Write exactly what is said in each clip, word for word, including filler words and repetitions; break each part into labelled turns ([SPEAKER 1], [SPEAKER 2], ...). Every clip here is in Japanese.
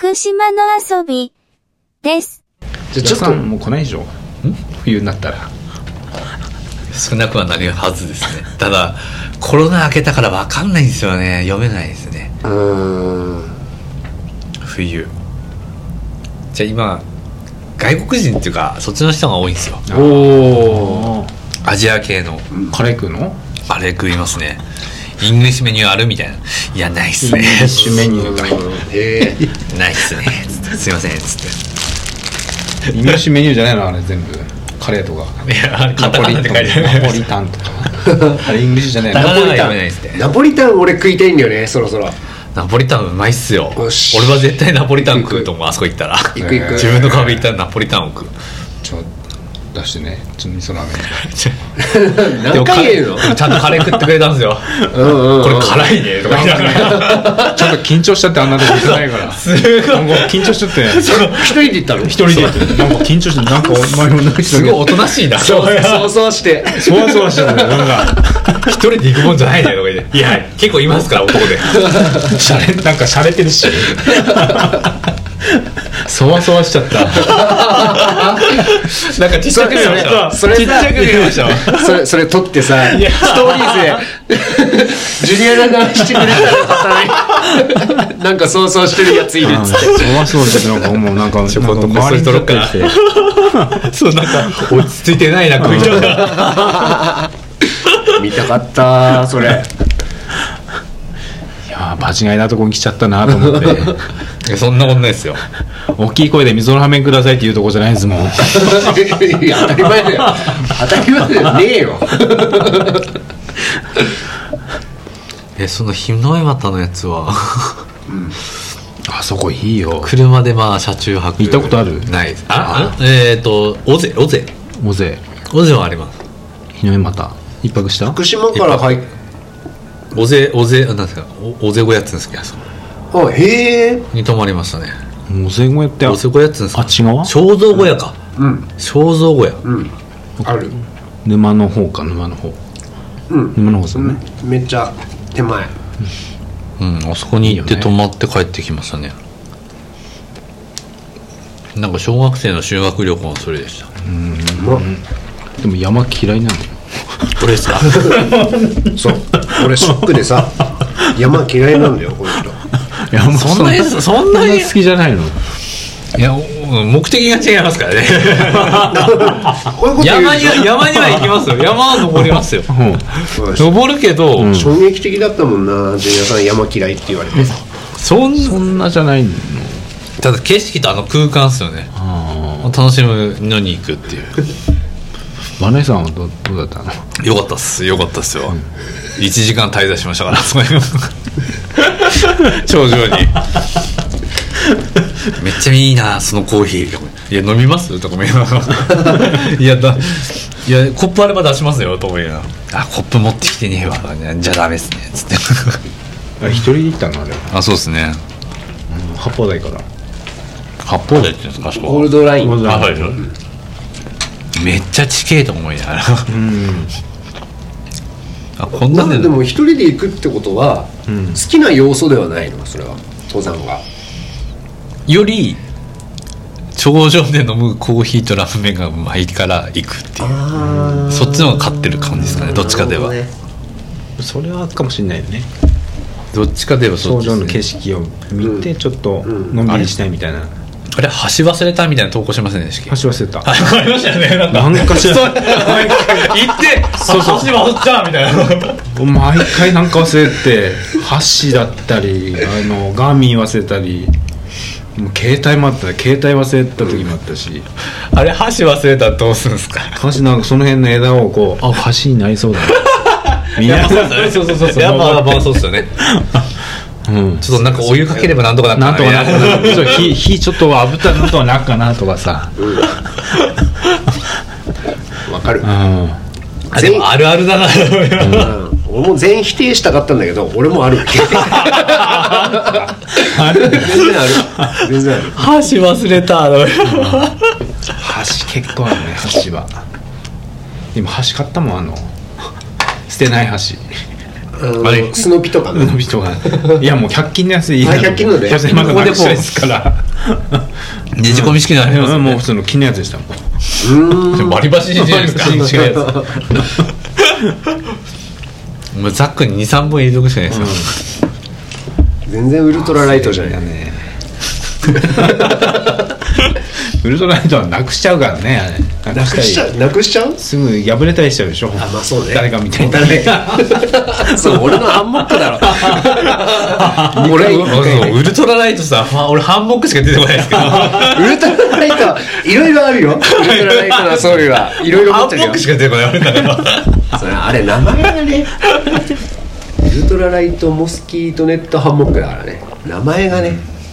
[SPEAKER 1] 福島の遊びです。
[SPEAKER 2] じゃあちょっともう来ないでしょ、冬になったら。
[SPEAKER 3] 少なくはなるはずですね。ただコロナ明けたから分かんないんですよね。読めないですね。
[SPEAKER 4] うーん、
[SPEAKER 3] 冬。じゃあ今外国人っていうかそっちの人が多いんですよ。
[SPEAKER 2] おー、
[SPEAKER 3] アジア系の
[SPEAKER 2] カレー食うの？
[SPEAKER 3] あれ食いますね。イングリッシュメニューあるみたいな。いやないっすね。
[SPEAKER 2] イングリッシュメニューが
[SPEAKER 4] へ
[SPEAKER 3] ーないっすねつってすいませんつって。
[SPEAKER 2] イングリッシュメニューじゃないのあれ全部。カレーとか。
[SPEAKER 3] いやあれカタカナって書いてある。
[SPEAKER 2] ナポリタンとか。あれイングリッシュじゃないの。
[SPEAKER 3] ナポリタン
[SPEAKER 4] ナポリタン
[SPEAKER 3] 読めないっすね。
[SPEAKER 4] ナポリタン俺食いたいんだよね、そろそろ。
[SPEAKER 3] ナポリタンうまいっすよ。
[SPEAKER 4] よし
[SPEAKER 3] 俺は絶対ナポリタン食うと思う。あそこ行ったら
[SPEAKER 4] 行く行く。
[SPEAKER 3] 自分の壁行ったらナポリタンを食う。
[SPEAKER 2] ちょ出してね、ちょっと味噌ラーメン。
[SPEAKER 4] 何回言うの？
[SPEAKER 3] ちゃんとカレー食ってくれたんですよ。
[SPEAKER 4] うんうん、
[SPEAKER 3] これ辛いねとか言いながら。
[SPEAKER 2] ちょっと緊張しちゃってあんなとこ行かないから。
[SPEAKER 3] すごい
[SPEAKER 2] なんか緊張しちゃって。
[SPEAKER 4] 一人で行ったの？
[SPEAKER 2] 一人で行って。なんか緊張してなんかお前もなんか
[SPEAKER 3] すごいおとなしいな。
[SPEAKER 4] そうそうそうして
[SPEAKER 2] そわそわしてたね。なんか
[SPEAKER 3] 一人で行くもんじゃないねとか言って。いや結構いますから男で。
[SPEAKER 2] シャレなんかシャレてるし。そわそわしちゃった。
[SPEAKER 3] なんかちっちゃく見えました。
[SPEAKER 4] それ
[SPEAKER 3] ちっちゃく見えましたわ。
[SPEAKER 4] それそれ撮ってさ、ストーリーズでジュニアがしてくれたらなんか想像してるやついるっつって。
[SPEAKER 2] そわそわしてなんかもうなんか
[SPEAKER 3] ちょこっとこっそり撮ろっかな。そうなんか落ち着いてないな食い方が。
[SPEAKER 4] 見たかったそれ。
[SPEAKER 2] いや場違いなとこに来ちゃったなと思って。
[SPEAKER 3] そんなことないですよ。
[SPEAKER 2] 大きい声で味噌ラーメンくださいって言うとこじゃないですもん。
[SPEAKER 4] いや当たり前だよ。当たり前だよねえよ。
[SPEAKER 3] えその日の山田のやつは、
[SPEAKER 2] うん、あそこいいよ。
[SPEAKER 3] 車でまあ車中泊。
[SPEAKER 2] 行ったことある？
[SPEAKER 3] ないです。ああえっ、ー、と尾瀬尾瀬
[SPEAKER 2] 尾瀬
[SPEAKER 3] 尾瀬はあります。
[SPEAKER 2] 日の山田一泊した？
[SPEAKER 4] 福島から入っ
[SPEAKER 3] 尾瀬尾瀬なんですか尾瀬小屋っつうんですけど。
[SPEAKER 4] あへえ
[SPEAKER 3] に泊まりましたね。
[SPEAKER 2] 尾瀬小屋って
[SPEAKER 3] 尾瀬小屋っつうんですか。
[SPEAKER 2] あっち側？
[SPEAKER 3] 正蔵小屋か。
[SPEAKER 4] うん
[SPEAKER 3] 正蔵小屋、
[SPEAKER 4] うん、ある。
[SPEAKER 2] 沼の方か沼の方。うん沼の方ですよね、
[SPEAKER 4] うん、めっちゃ手前。
[SPEAKER 3] うん、うん、あそこに行って泊まって帰ってきましたね。なんか小学生の修学旅行のそれでした。
[SPEAKER 2] うん、うん、でも山嫌いなの。
[SPEAKER 3] 俺ですか？
[SPEAKER 4] そう俺ショックでさ山嫌いなんだよこの人。
[SPEAKER 2] いやもう
[SPEAKER 3] そんなにそんなに
[SPEAKER 2] 好きじゃないの？
[SPEAKER 3] いや目的が違いますからね。山には山には行きますよ。山は登りますよ。うん、登るけど、
[SPEAKER 4] うん、衝撃的だったもんな。ジュニアさん山嫌いって言われて。
[SPEAKER 3] そん
[SPEAKER 2] そんなじゃないの。
[SPEAKER 3] ただ景色とあの空間ですよね。楽しむのに行くっていう。
[SPEAKER 2] バネさんは ど, どうだったの？
[SPEAKER 3] よかったっすよかったっすよ、うん、いちじかん滞在しましたから頂上に。めっちゃいいなそのコーヒー。いや飲みますとかも言いながらいやだいやコップあれば出しますよと思いながら、あコップ持ってきてねえわじゃあダメっすねつって
[SPEAKER 2] あれ一人で行ったのあれ？
[SPEAKER 3] あそうですね、
[SPEAKER 2] うん、八方台から
[SPEAKER 3] 八方台って言うんですか？そこ
[SPEAKER 4] ゴールドライン。
[SPEAKER 3] あそうでしょ、うん、めっちゃ地形と思いながらうんあこんな
[SPEAKER 4] まあ、でも一人で行くってことは、うん、好きな要素ではないのそれは登山が
[SPEAKER 3] より頂上で飲むコーヒーとラーメンがうまいから行くっていう、そっちの方が勝ってる感じですかね。どっちかでは、ね、
[SPEAKER 2] それはかもしれないよね。
[SPEAKER 3] どっちかでは
[SPEAKER 2] そっちですね。頂上の景色を見てちょっとのんびりしたいみたいな、うんうん、
[SPEAKER 3] あれ橋忘れたみたいな投稿しませんでしたっけ？
[SPEAKER 2] 橋忘れた
[SPEAKER 3] ありましたよね。なんか
[SPEAKER 2] なんかしら
[SPEAKER 3] 行ってそうそう橋忘れたみたいな
[SPEAKER 2] 毎回なんか忘れて橋だったりあのガーミン忘れたりもう携帯もあったね。携帯忘れた時もあったし
[SPEAKER 3] あれ橋忘れたらどうするんですか？
[SPEAKER 2] 橋なんかその辺の枝をこうあ橋になりそうだ
[SPEAKER 3] みんなそうそうそうそうやっぱまあそうっすよねうん、ちょっとなんかお湯かければなんとかなるかな、
[SPEAKER 2] なんとかなるかな火, 火ちょっと炙ったのとはなくかなとかさ
[SPEAKER 4] わかる、うん、
[SPEAKER 3] あでもあるあるだな、
[SPEAKER 4] うん、俺も全否定したかったんだけど俺もある
[SPEAKER 2] ある
[SPEAKER 4] 全然ある全然ある
[SPEAKER 3] 箸忘れた
[SPEAKER 2] 箸結構あるね。箸は今箸買ったもんあの捨てない箸
[SPEAKER 3] あれ
[SPEAKER 4] スノピとかの
[SPEAKER 2] の人がいやもうひゃく均のやつでいいな
[SPEAKER 4] あひゃく均ので
[SPEAKER 2] ひゃく均まだなくしたいですから
[SPEAKER 3] ねじ込み式のありますよね。
[SPEAKER 2] もう普通の金のやつでしたもん。
[SPEAKER 4] うーん
[SPEAKER 3] 割り箸じゃないですか。
[SPEAKER 2] 違うやつ
[SPEAKER 3] もうザックににさんぼん入れとくしかないですよ。
[SPEAKER 4] 全然ウルトラライトじゃない
[SPEAKER 2] だねウルトラライトはなくしちゃうからね。あれ
[SPEAKER 4] なくしちゃうなくしちゃう
[SPEAKER 2] すぐ破れたりしちゃうでしょ。
[SPEAKER 4] あまあそうね
[SPEAKER 2] 誰かみたいに
[SPEAKER 4] 誰かそう俺のハンモックだろ俺
[SPEAKER 3] そうウルトラライトさ、まあ、俺ハンモックしか出てこないですけど
[SPEAKER 4] ウルトラライトいろいろあるよ。ウルトラライトの装備はいろいろ持
[SPEAKER 3] ハン
[SPEAKER 4] ってるよ
[SPEAKER 3] モックしか出てこない俺から
[SPEAKER 4] それあれ名前がねウルトラライトモスキートネットハンモックだからね名前がね、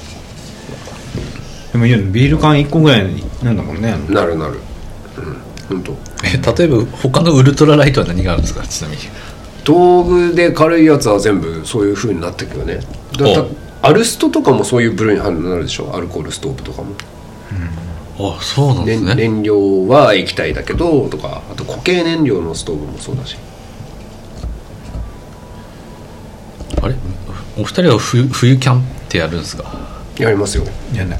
[SPEAKER 2] でもいやビール缶いっこぐらいなんだもんね。あの
[SPEAKER 4] なるなるうん本当。
[SPEAKER 3] え例えば他のウルトラライトは何があるんですか、ちなみに。
[SPEAKER 4] 道具で軽いやつは全部そういう風になってくよね。だだアルストとかもそういう部類になるでしょ。アルコールストーブとかも、
[SPEAKER 3] あ、そうなんですね。
[SPEAKER 4] ね、燃料は液体だけどとか、あと固形燃料のストーブもそうだし。
[SPEAKER 3] あれお二人は冬冬キャンってやるんですか。
[SPEAKER 4] やりますよ。
[SPEAKER 2] やんない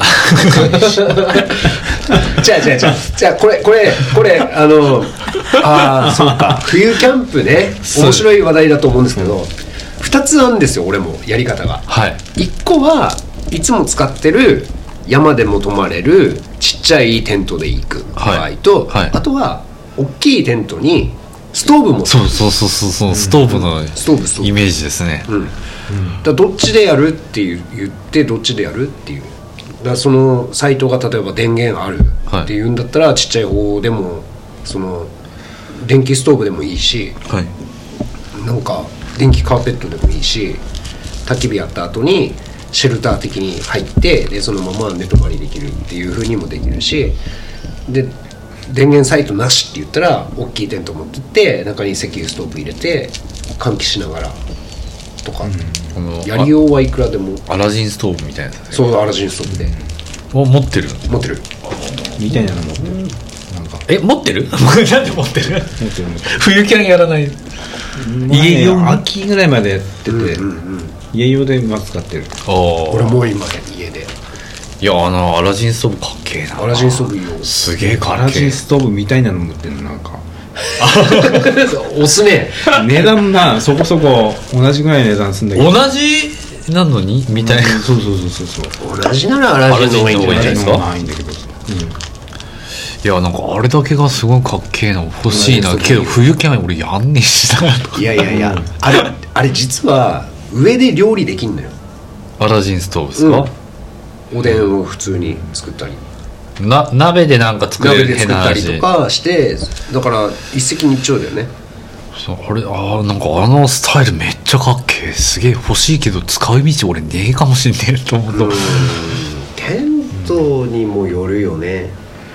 [SPEAKER 4] じゃあじゃあじゃあじゃあこれこれこれあのああそうか冬キャンプね面白い話題だと思うんですけど、ふたつあるんですよ俺もやり方が。
[SPEAKER 3] はい。
[SPEAKER 4] いっこはいつも使ってる山でも泊まれるちっちゃいテントで行く場合と、
[SPEAKER 3] はいはい
[SPEAKER 4] あとは大きいテントにストーブも
[SPEAKER 3] そうそうそうそうそう、ストーブの
[SPEAKER 4] ストーブストーブ
[SPEAKER 3] イメージですね。
[SPEAKER 4] うん、だからどっちでやるっていう言ってどっちでやるっていう。だからそのサイトが例えば電源あるっていうんだったら、ちっちゃい方でもその電気ストーブでもいいし、
[SPEAKER 3] はい。
[SPEAKER 4] なんか電気カーペットでもいいし、焚き火やった後にシェルター的に入ってでそのまま寝泊まりできるっていう風にもできるし、で電源サイトなしって言ったら大きいテント持ってって中に石油ストーブ入れて換気しながらとか、
[SPEAKER 3] この
[SPEAKER 4] やりようはいくらでも。
[SPEAKER 3] アラジンストーブみたいなやつ
[SPEAKER 4] そうアラジンストーブで
[SPEAKER 3] を持ってる。
[SPEAKER 4] 持ってる。
[SPEAKER 2] みたいなのもなんか
[SPEAKER 3] え、持ってるなんで持ってる
[SPEAKER 2] 持ってるの
[SPEAKER 3] 冬キャンやらない家用に
[SPEAKER 2] 秋ぐらいまでやってて、
[SPEAKER 4] うんうんうん、
[SPEAKER 2] 家用で今使ってる。
[SPEAKER 3] あ
[SPEAKER 4] 俺もう今家で
[SPEAKER 3] いや、あのアラジンストーブかっけえな。
[SPEAKER 4] アラジンストーブいいよ。
[SPEAKER 3] すげえか
[SPEAKER 2] アラジン
[SPEAKER 3] っけえ。
[SPEAKER 2] ストーブみたいなの持ってるのなんか
[SPEAKER 4] 押すね。
[SPEAKER 2] 値段なそこそこ同じぐらいの値段するんだけど。
[SPEAKER 3] 同じなのにみたいな。
[SPEAKER 2] そうそうそうそうそう
[SPEAKER 4] 同じならアラジンの方がいいんじゃないですか。
[SPEAKER 2] のないんだけどさ、
[SPEAKER 3] いや、なんかあれだけがすごいかっけえの欲しいな。けど冬キャン俺やんねえしな。
[SPEAKER 4] いやいやいや、あれあれ実は上で料理できんのよ。
[SPEAKER 3] アラジンストーブですか、
[SPEAKER 4] おでんを普通に作ったり
[SPEAKER 3] な鍋でなんか作れ
[SPEAKER 4] 鍋
[SPEAKER 3] る変な
[SPEAKER 4] で作ったり
[SPEAKER 3] 話。
[SPEAKER 4] とかしてだから一石二鳥だよね。
[SPEAKER 3] そうあれあーなんかあのスタイルめっちゃかっけえ。すげえ欲しいけど使う道俺ねえかもしんねえと思うと、
[SPEAKER 4] うんテントにもよるよね。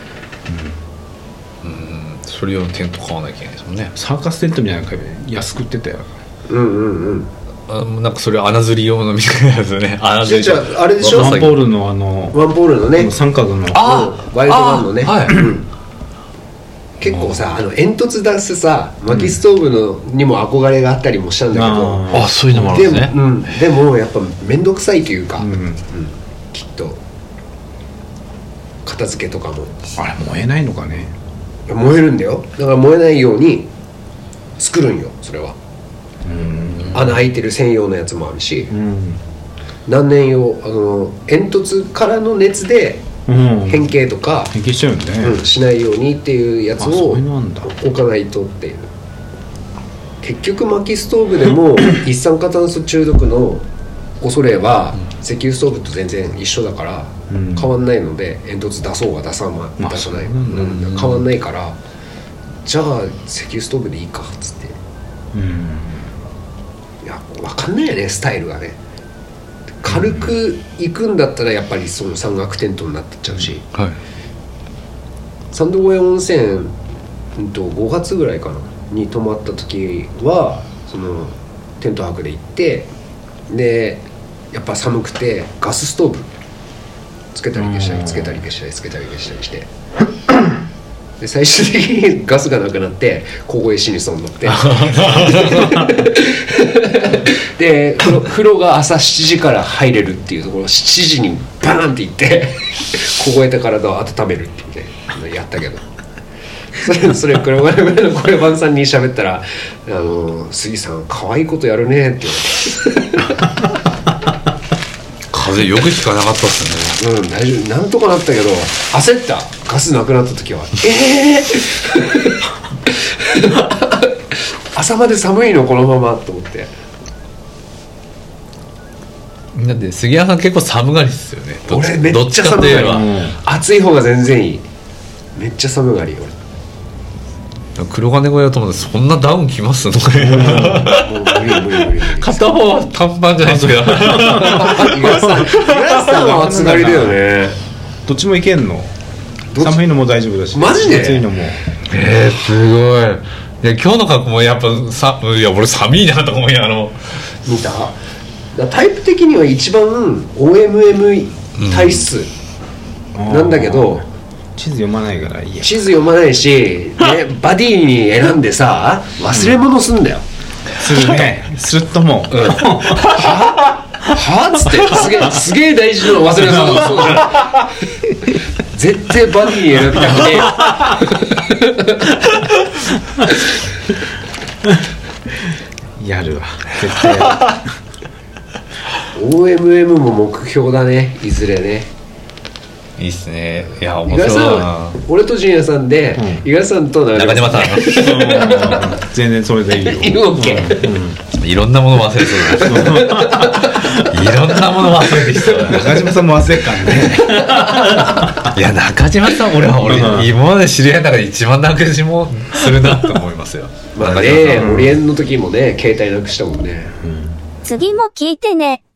[SPEAKER 3] それ用のテント買わなきゃいけないですもんね。
[SPEAKER 2] サーカステントみたいなの買えば安く売ってたよ。
[SPEAKER 4] うんうんうん。
[SPEAKER 3] あなんかそれ穴釣り用のみたいなやつね。穴釣り
[SPEAKER 4] じゃああれでしょ
[SPEAKER 2] ワンポールのあの
[SPEAKER 4] ワンポールのね
[SPEAKER 2] 三角の
[SPEAKER 3] あ
[SPEAKER 4] うんワイルドワンのね、
[SPEAKER 3] はい
[SPEAKER 4] うん結構さあの煙突出すさ薪ストーブのにも憧れがあったりもしたんだけど、
[SPEAKER 2] あ
[SPEAKER 3] あそういうのもあるん
[SPEAKER 4] で
[SPEAKER 3] ですね。
[SPEAKER 4] も、うん、でもやっぱ面倒くさいというか、
[SPEAKER 2] うん
[SPEAKER 4] うんきっと片付けとかも
[SPEAKER 2] あれ燃えないのかね。
[SPEAKER 4] 燃えるんだよ。だから燃えないように作るんよそれは。穴開いてる専用のやつもあるし、
[SPEAKER 2] うん
[SPEAKER 4] 何年用あの煙突からの熱で
[SPEAKER 2] うん
[SPEAKER 4] 変形とか、
[SPEAKER 2] 変形しちゃうんだね、
[SPEAKER 4] うん、しないようにっていうやつ
[SPEAKER 2] あそ
[SPEAKER 4] を
[SPEAKER 2] ういうのあんだ。
[SPEAKER 4] 置かないとっていう。結局薪ストーブでも一酸化炭素中毒の恐れは石油ストーブと全然一緒だから
[SPEAKER 2] うん
[SPEAKER 4] 変わんないので、煙突出そうが出さま
[SPEAKER 2] まあ
[SPEAKER 4] 出さない、
[SPEAKER 2] そうなんだ
[SPEAKER 4] うん変わんないから、じゃあ石油ストーブでいいかっつって。
[SPEAKER 2] うん
[SPEAKER 4] いや分かんないよねスタイルがね。軽く行くんだったらやっぱりその山岳テントになってっちゃうし、
[SPEAKER 3] はい。
[SPEAKER 4] 三度小屋温泉、うんとごがつぐらいかなに泊まった時はそのテント泊で行って、でやっぱ寒くてガスストーブつけたり消したりつけたり消したりつけたり消したりしてで最終的にガスがなくなって凍え死にそうになってで風呂、風呂が朝しちじから入れるっていうところしちじにバーンって行って凍えた体を温めるっていうねやったけどそれそれ黒金村の小山さんに喋ったら「あの杉さん可愛いことやるね」って言われて
[SPEAKER 3] 風邪よくひかなかったっすね。
[SPEAKER 4] うん大丈夫なんとかなったけど焦ったガスなくなった時はえー朝まで寒いのこのままと思って
[SPEAKER 3] だって杉谷さん結構寒がりっすよね。どっち
[SPEAKER 4] 俺めっ
[SPEAKER 3] どっち
[SPEAKER 4] ちゃ寒がり
[SPEAKER 3] かって言えば、
[SPEAKER 4] 暑い方が全然いいめっちゃ寒がり俺
[SPEAKER 3] 黒金小屋と思ってそんなダウンきますのか
[SPEAKER 4] もう無理無理無理無理
[SPEAKER 3] 片方は短パンじゃないですか。
[SPEAKER 4] 五十嵐さん五十嵐さんは暑がりだよね
[SPEAKER 2] どっちもいけんの。
[SPEAKER 4] どっち
[SPEAKER 2] 寒いのも大丈夫だし
[SPEAKER 4] マジで
[SPEAKER 2] 暑いのも。
[SPEAKER 3] えー、すごい。いや今日の格好もやっぱさいや俺寒いなと思いながらも
[SPEAKER 4] 見ただからタイプ的には一番 オーエムエム 体質なんだけど、
[SPEAKER 2] 地図読まないからいいや。
[SPEAKER 4] 地図読まないし、ね、バディに選んでさ忘れ物すんだよ、
[SPEAKER 2] するね。するともう。
[SPEAKER 4] ははっつってすげえすげえ大事なの忘れそうそうじゃん絶対バディに選びたくて
[SPEAKER 2] やるわ。絶対やる。
[SPEAKER 4] オーエムエム も目標だねいずれね
[SPEAKER 3] いいっすね。いや
[SPEAKER 4] 五十嵐
[SPEAKER 3] 面白いな。
[SPEAKER 4] さん俺と陣也さんで
[SPEAKER 2] うん
[SPEAKER 4] 五十嵐さんと
[SPEAKER 3] 中島さん
[SPEAKER 2] 全然それでいいよ。
[SPEAKER 4] いいオッケー
[SPEAKER 2] うんうん
[SPEAKER 3] いろんなもの忘れそうだいろんなもの忘れてきそうだ
[SPEAKER 2] 中島さんも忘れっかんね。
[SPEAKER 3] いや中島さん俺は俺
[SPEAKER 2] うん
[SPEAKER 3] 今まで知り合いの中で一番なくしもするなと思いますよ。
[SPEAKER 4] まあ
[SPEAKER 3] 中島さん
[SPEAKER 4] ね、オリエンの時もね携帯なくしたもんね
[SPEAKER 1] 次も聞いてね。